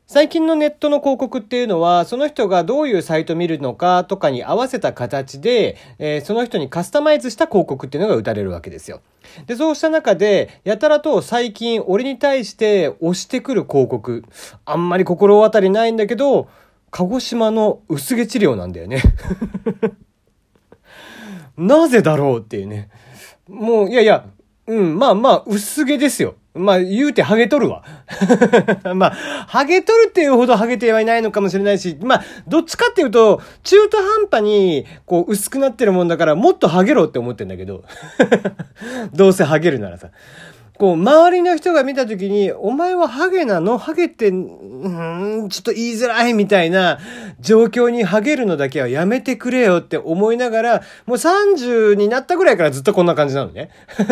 最近のネットの広告っていうのは、その人がどういうサイト見るのかとかに合わせた形で、その人にカスタマイズした広告っていうのが打たれるわけですよ。で、そうした中で、やたらと最近俺に対して押してくる広告、あんまり心当たりないんだけど、鹿児島の薄毛治療なんだよね。なぜだろうっていうね。もう、まあ、薄毛ですよ。まあ、言うてハゲとるわ。まあ、ハゲとるっていうほどハゲてはいないのかもしれないし、まあ、どっちかっていうと、中途半端に、こう、薄くなってるもんだから、もっとハゲろって思ってんだけど。どうせハゲるならさ。こう、周りの人が見たときに、お前はハゲなの？ハゲって、ちょっと言いづらいみたいな状況にハゲるのだけはやめてくれよって思いながら、もう30になったぐらいからずっとこんな感じなのね。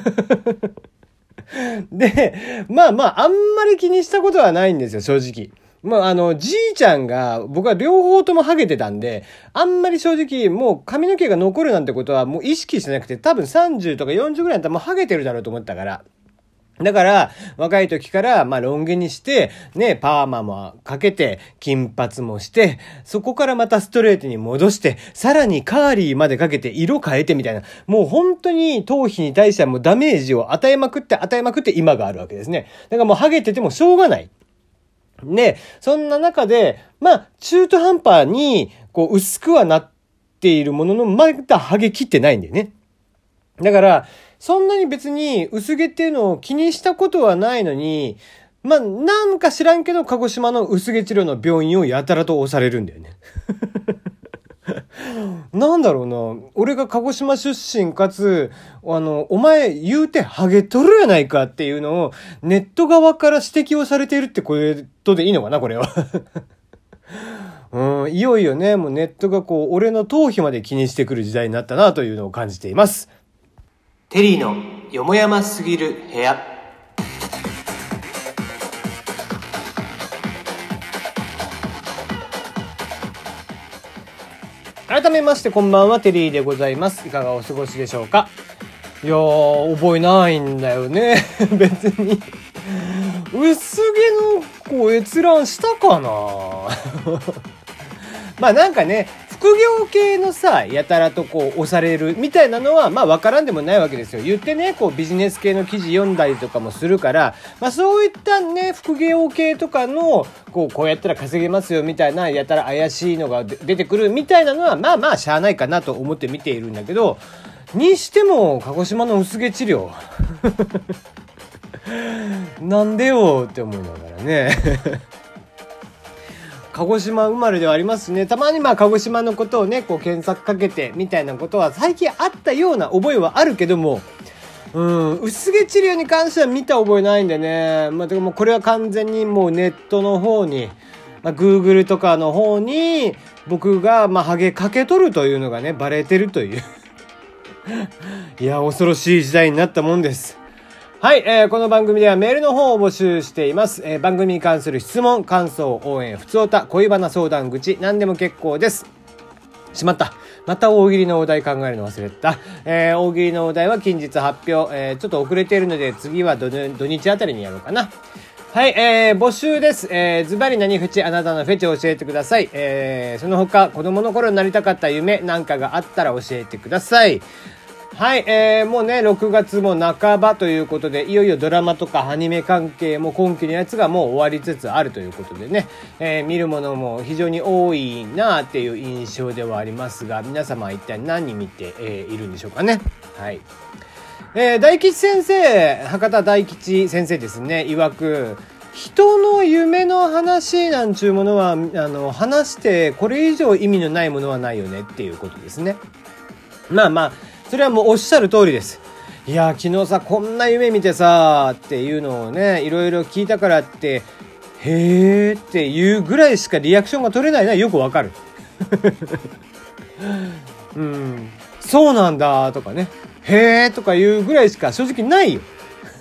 で、まあ、あんまり気にしたことはないんですよ、正直。まあ、じいちゃんが、僕は両方ともハゲてたんで、あんまり正直、もう髪の毛が残るなんてことはもう意識してなくて、多分30とか40ぐらいだったらもうハゲてるだろうと思ったから。だから、若い時から、まあ、ロン毛にして、ね、パーマもかけて、金髪もして、そこからまたストレートに戻して、さらにカーリーまでかけて、色変えてみたいな、もう本当に頭皮に対してはもうダメージを与えまくって今があるわけですね。だからもうハゲててもしょうがない。ね、そんな中で、まあ、中途半端に、こう、薄くはなっているものの、まだハゲ切ってないんだよね。だから、そんなに別に薄毛っていうのを気にしたことはないのに、まあ、なんか知らんけど、鹿児島の薄毛治療の病院をやたらと押されるんだよね。なんだろうな。俺が鹿児島出身かつ、お前言うてハゲとるやないかっていうのを、ネット側から指摘をされているってことでいいのかな、これは。いよいよね、もうネットがこう、俺の頭皮まで気にしてくる時代になったなというのを感じています。テリーのよもやますぎる部屋。改めましてこんばんは、テリーでございます。いかがお過ごしでしょうか。いやー、覚えないんだよね。別に薄毛の閲覧したかな。まあなんかね、副業系のさ、やたらとこう押されるみたいなのは、まあわからんでもないわけですよ。言ってね、こうビジネス系の記事読んだりとかもするから、まあそういったね、副業系とかの、こうやったら稼げますよみたいな、やたら怪しいのが出てくるみたいなのは、まあまあしゃあないかなと思って見ているんだけど、にしても、鹿児島の薄毛治療。なんでよって思いながらね。鹿児島生まれではありますね。たまにまあ鹿児島のことをね、こう検索かけてみたいなことは最近あったような覚えはあるけども、薄毛治療に関しては見た覚えないんでね。まあでもこれは完全にもうネットの方に、まあ Google とかの方に僕がまあハゲかけとるというのがね、バレてるという。いや、恐ろしい時代になったもんです。はい、この番組ではメールの方を募集しています。番組に関する質問、感想、応援、ふつおた、恋バナ相談口、何でも結構です。しまった。また大喜利のお題考えるの忘れた。大喜利のお題は近日発表。ちょっと遅れているので次は土日あたりにやろうかな。はい、募集です。ズバリ何フェチ、あなたのフェチを教えてください。その他、子供の頃になりたかった夢なんかがあったら教えてください。はい、もうね、6月も半ばということで、いよいよドラマとかアニメ関係も今期のやつがもう終わりつつあるということでね、見るものも非常に多いなっていう印象ではありますが、皆様は一体何見て、いるんでしょうかね。はい。大吉先生、博多大吉先生ですね、曰く、人の夢の話なんちゅうものは、話してこれ以上意味のないものはないよねっていうことですね。まあまあ、それはもうおっしゃる通りです。いや、昨日さ、こんな夢見てさ、っていうのをね、いろいろ聞いたからって、へーっていうぐらいしかリアクションが取れないのはよくわかる。そうなんだとかね、へーとかいうぐらいしか正直ないよ。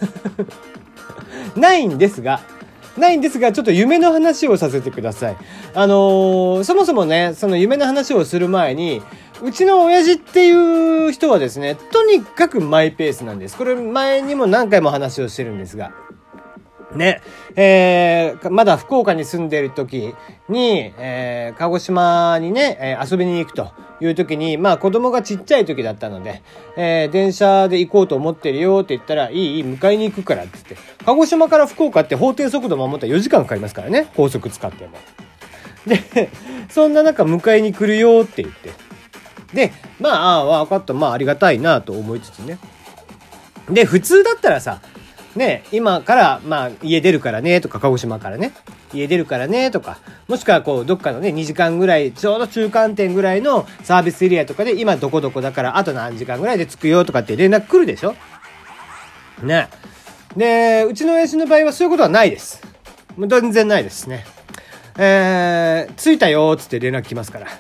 ないんですが、ちょっと夢の話をさせてください。そもそもね、その夢の話をする前に、うちの親父っていう人はですね、とにかくマイペースなんです。これ前にも何回も話をしてるんですが、 ね、まだ福岡に住んでる時に、鹿児島にね、遊びに行くという時に、まあ子供がちっちゃい時だったので、電車で行こうと思ってるよって言ったら、いい、迎えに行くからって言って、鹿児島から福岡って法定速度守ったら4時間かかりますからね、高速使っても。で、そんな中迎えに来るよって言って。で、まあ、分かった、まあありがたいなと思いつつね。で、普通だったらさ、ね、今から、まあ、家出るからね、とか、鹿児島からね、家出るからね、とか、もしくは、こう、どっかのね、2時間ぐらい、ちょうど中間点ぐらいのサービスエリアとかで、今どこどこだから、あと何時間ぐらいで着くよ、とかって連絡来るでしょね。で、うちの親父の場合はそういうことはないです。もう全然ないですね。着いたよ、つって連絡来ますから。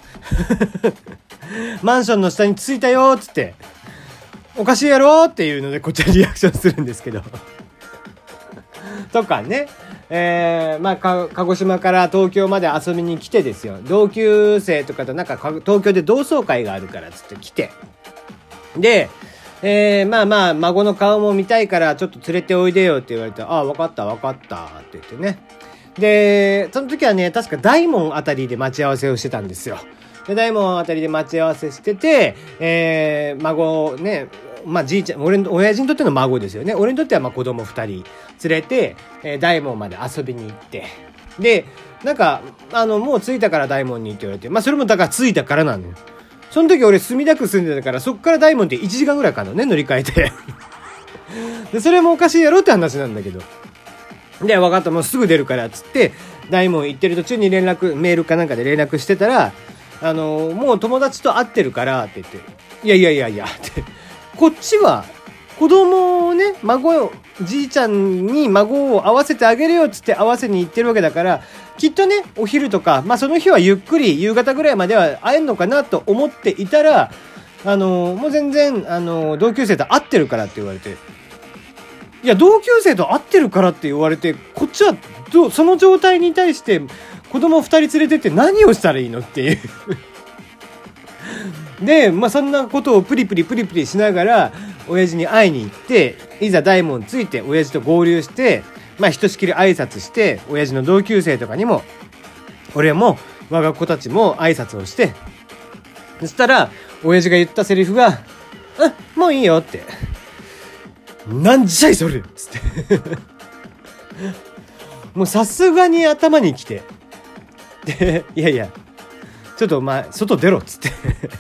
マンションの下に着いたよ、つって、おかしいやろっていうので、こっちはリアクションするんですけど。とかね、まあ鹿児島から東京まで遊びに来てですよ、同級生とかとなんか東京で同窓会があるからつって来て、で、まあ孫の顔も見たいからちょっと連れておいでよって言われて、ああ分かったって言ってね。でその時はね、確か大門あたりで待ち合わせをしてたんですよ。で大門あたりで待ち合わせしてて、孫ね、まあじいちゃん、親父にとっての孫ですよね。俺にとってはまあ子供2人連れて、大門まで遊びに行って、でなんかもう着いたから大門にって言われて、まあそれもだから着いたからなのよ。その時俺墨田区住んでたから、そっから大門って1時間ぐらいかかるのね、乗り換えてでそれもおかしいやろって話なんだけど、で分かった、もうすぐ出るからっつって大門行ってる途中にメールかなんかで連絡してたら、もう友達と会ってるからって言って、いやってこっちは子供をね、じいちゃんに孫を会わせてあげるよっつって会わせに行ってるわけだから、きっとねお昼とか、まあその日はゆっくり夕方ぐらいまでは会えんのかなと思っていたら、もう全然同級生と会ってるからって言われて、いや同級生と会ってるからって言われて、こっちはその状態に対して子供2人連れてって何をしたらいいのっていうで、まあそんなことをプリプリしながら親父に会いに行って、いざ大門ついて親父と合流して、まあひとしきり挨拶して、親父の同級生とかにも俺も我が子たちも挨拶をして、そしたら親父が言ったセリフが、もういいよって、なんじゃいそれっつってもうさすがに頭にきて、でいやちょっとお前外出ろっつって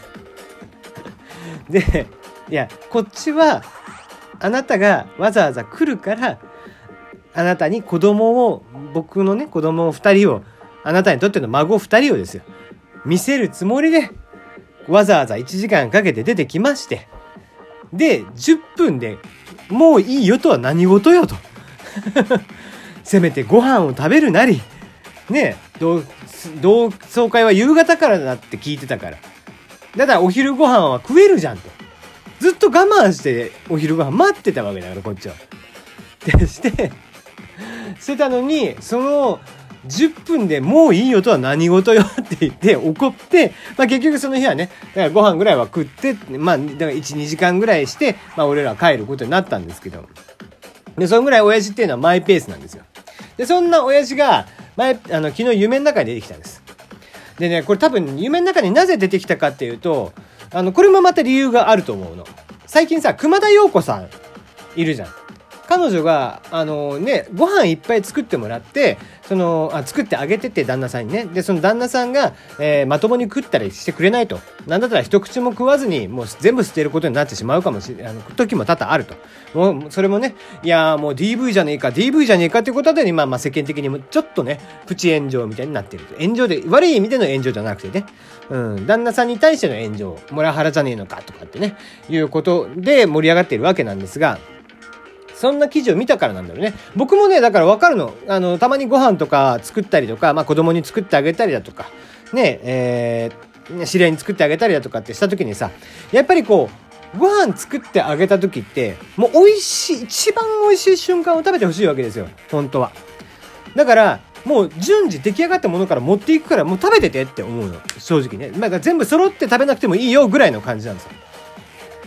で、いやこっちはあなたがわざわざ来るから、あなたに僕のね子供2人を、あなたにとっての孫2人をですよ、見せるつもりでわざわざ1時間かけて出てきまして、で10分でもういいよとは何事よとせめてご飯を食べるなりね、同窓会は夕方からだって聞いてたから、だからお昼ご飯は食えるじゃんと、ずっと我慢してお昼ご飯待ってたわけだから、こっちはでしてたのに、その10分でもういいよとは何事よって言って怒って、まあ結局その日はね、だからご飯ぐらいは食って、まあだから 1,2 時間ぐらいして、まあ俺らは帰ることになったんですけど、でそのぐらい親父っていうのはマイペースなんですよ。でそんな親父が昨日夢の中に出てきたんです。でね、これ多分夢の中になぜ出てきたかっていうと、これもまた理由があると思うの。最近さ、熊田曜子さんいるじゃん。彼女がご飯いっぱい作ってもらって、作ってあげてて、旦那さんにね。でその旦那さんが、まともに食ったりしてくれないと、なんだったら一口も食わずにもう全部捨てることになってしまうかもしれない時も多々あると。もうそれもね、いやもう DV じゃねえかっていうことで、今世間的にもちょっとねプチ炎上みたいになってる。炎上で悪い意味での炎上じゃなくてね、旦那さんに対しての炎上、モラハラじゃねえのかとかってねいうことで盛り上がっているわけなんですが、そんな記事を見たからなんだろうね。僕もね、だから分かるの。たまにご飯とか作ったりとか、まあ子供に作ってあげたりだとか、ね、知り合いに作ってあげたりだとかってした時にさ、やっぱりこう、ご飯作ってあげた時って、もう一番美味しい瞬間を食べてほしいわけですよ。本当は。だから、もう順次出来上がったものから持っていくから、もう食べててって思うの。正直ね。全部揃って食べなくてもいいよぐらいの感じなんですよ。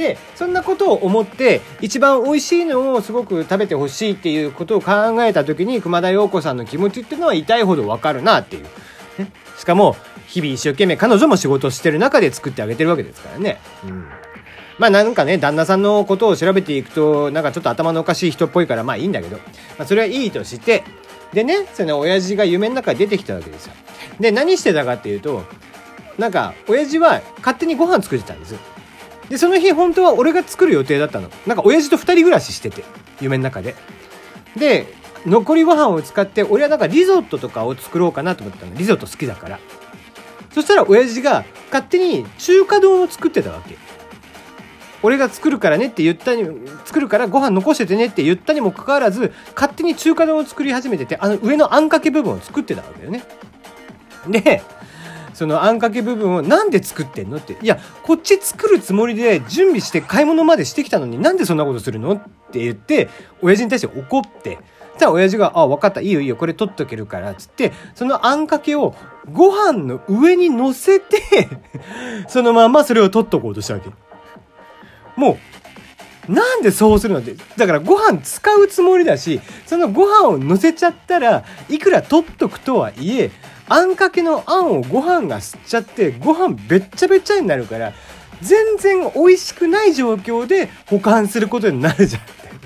でそんなことを思って一番美味しいのをすごく食べてほしいっていうことを考えた時に熊田曜子さんの気持ちっていうのは痛いほどわかるなっていう、ね、しかも日々一生懸命彼女も仕事してる中で作ってあげてるわけですからね。まあなんかね、旦那さんのことを調べていくとなんかちょっと頭のおかしい人っぽいからまあいいんだけど、まあ、それはいいとして、でね、その親父が夢の中に出てきたわけですよ。で何してたかっていうと、なんか親父は勝手にご飯作ってたんですよ。でその日本当は俺が作る予定だったの。なんか親父と2人暮らししてて、夢の中で。で残りご飯を使って俺はなんかリゾットとかを作ろうかなと思ったの。リゾット好きだから。そしたら親父が勝手に中華丼を作ってたわけ。俺が作るからねって言ったに、作るからご飯残しててねって言ったにもかかわらず、勝手に中華丼を作り始めてて、上のあんかけ部分を作ってたわけよね。でそのあんかけ部分をなんで作ってんのって、いやこっち作るつもりで準備して買い物までしてきたのになんでそんなことするのって言って親父に対して怒って、そしたら親父が分かった、いいよいいよこれ取っとけるからっつって、そのあんかけをご飯の上に乗せてそのままそれを取っとこうとしたわけ。もうなんでそうするのって、だからご飯使うつもりだし、そのご飯を乗せちゃったらいくら取っとくとはいえ、あんかけのあんをご飯が吸っちゃってご飯べっちゃべちゃになるから、全然美味しくない状況で保管することになるじゃん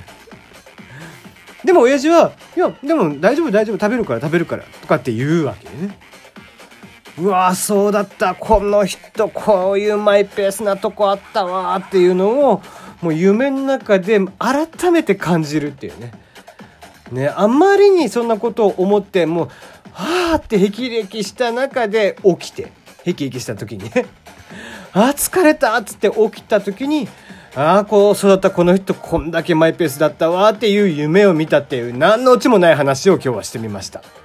でも親父はいやでも大丈夫食べるからとかって言うわけね。うわそうだった、この人こういうマイペースなとこあったわっていうのをもう夢の中で改めて感じるっていうね。あまりにそんなことを思ってもうはーって霹靂した中で起きて、霹靂した時にね疲れたっつって起きた時に、こうそうだった、この人こんだけマイペースだったわっていう夢を見たっていう何のオチもない話を今日はしてみました。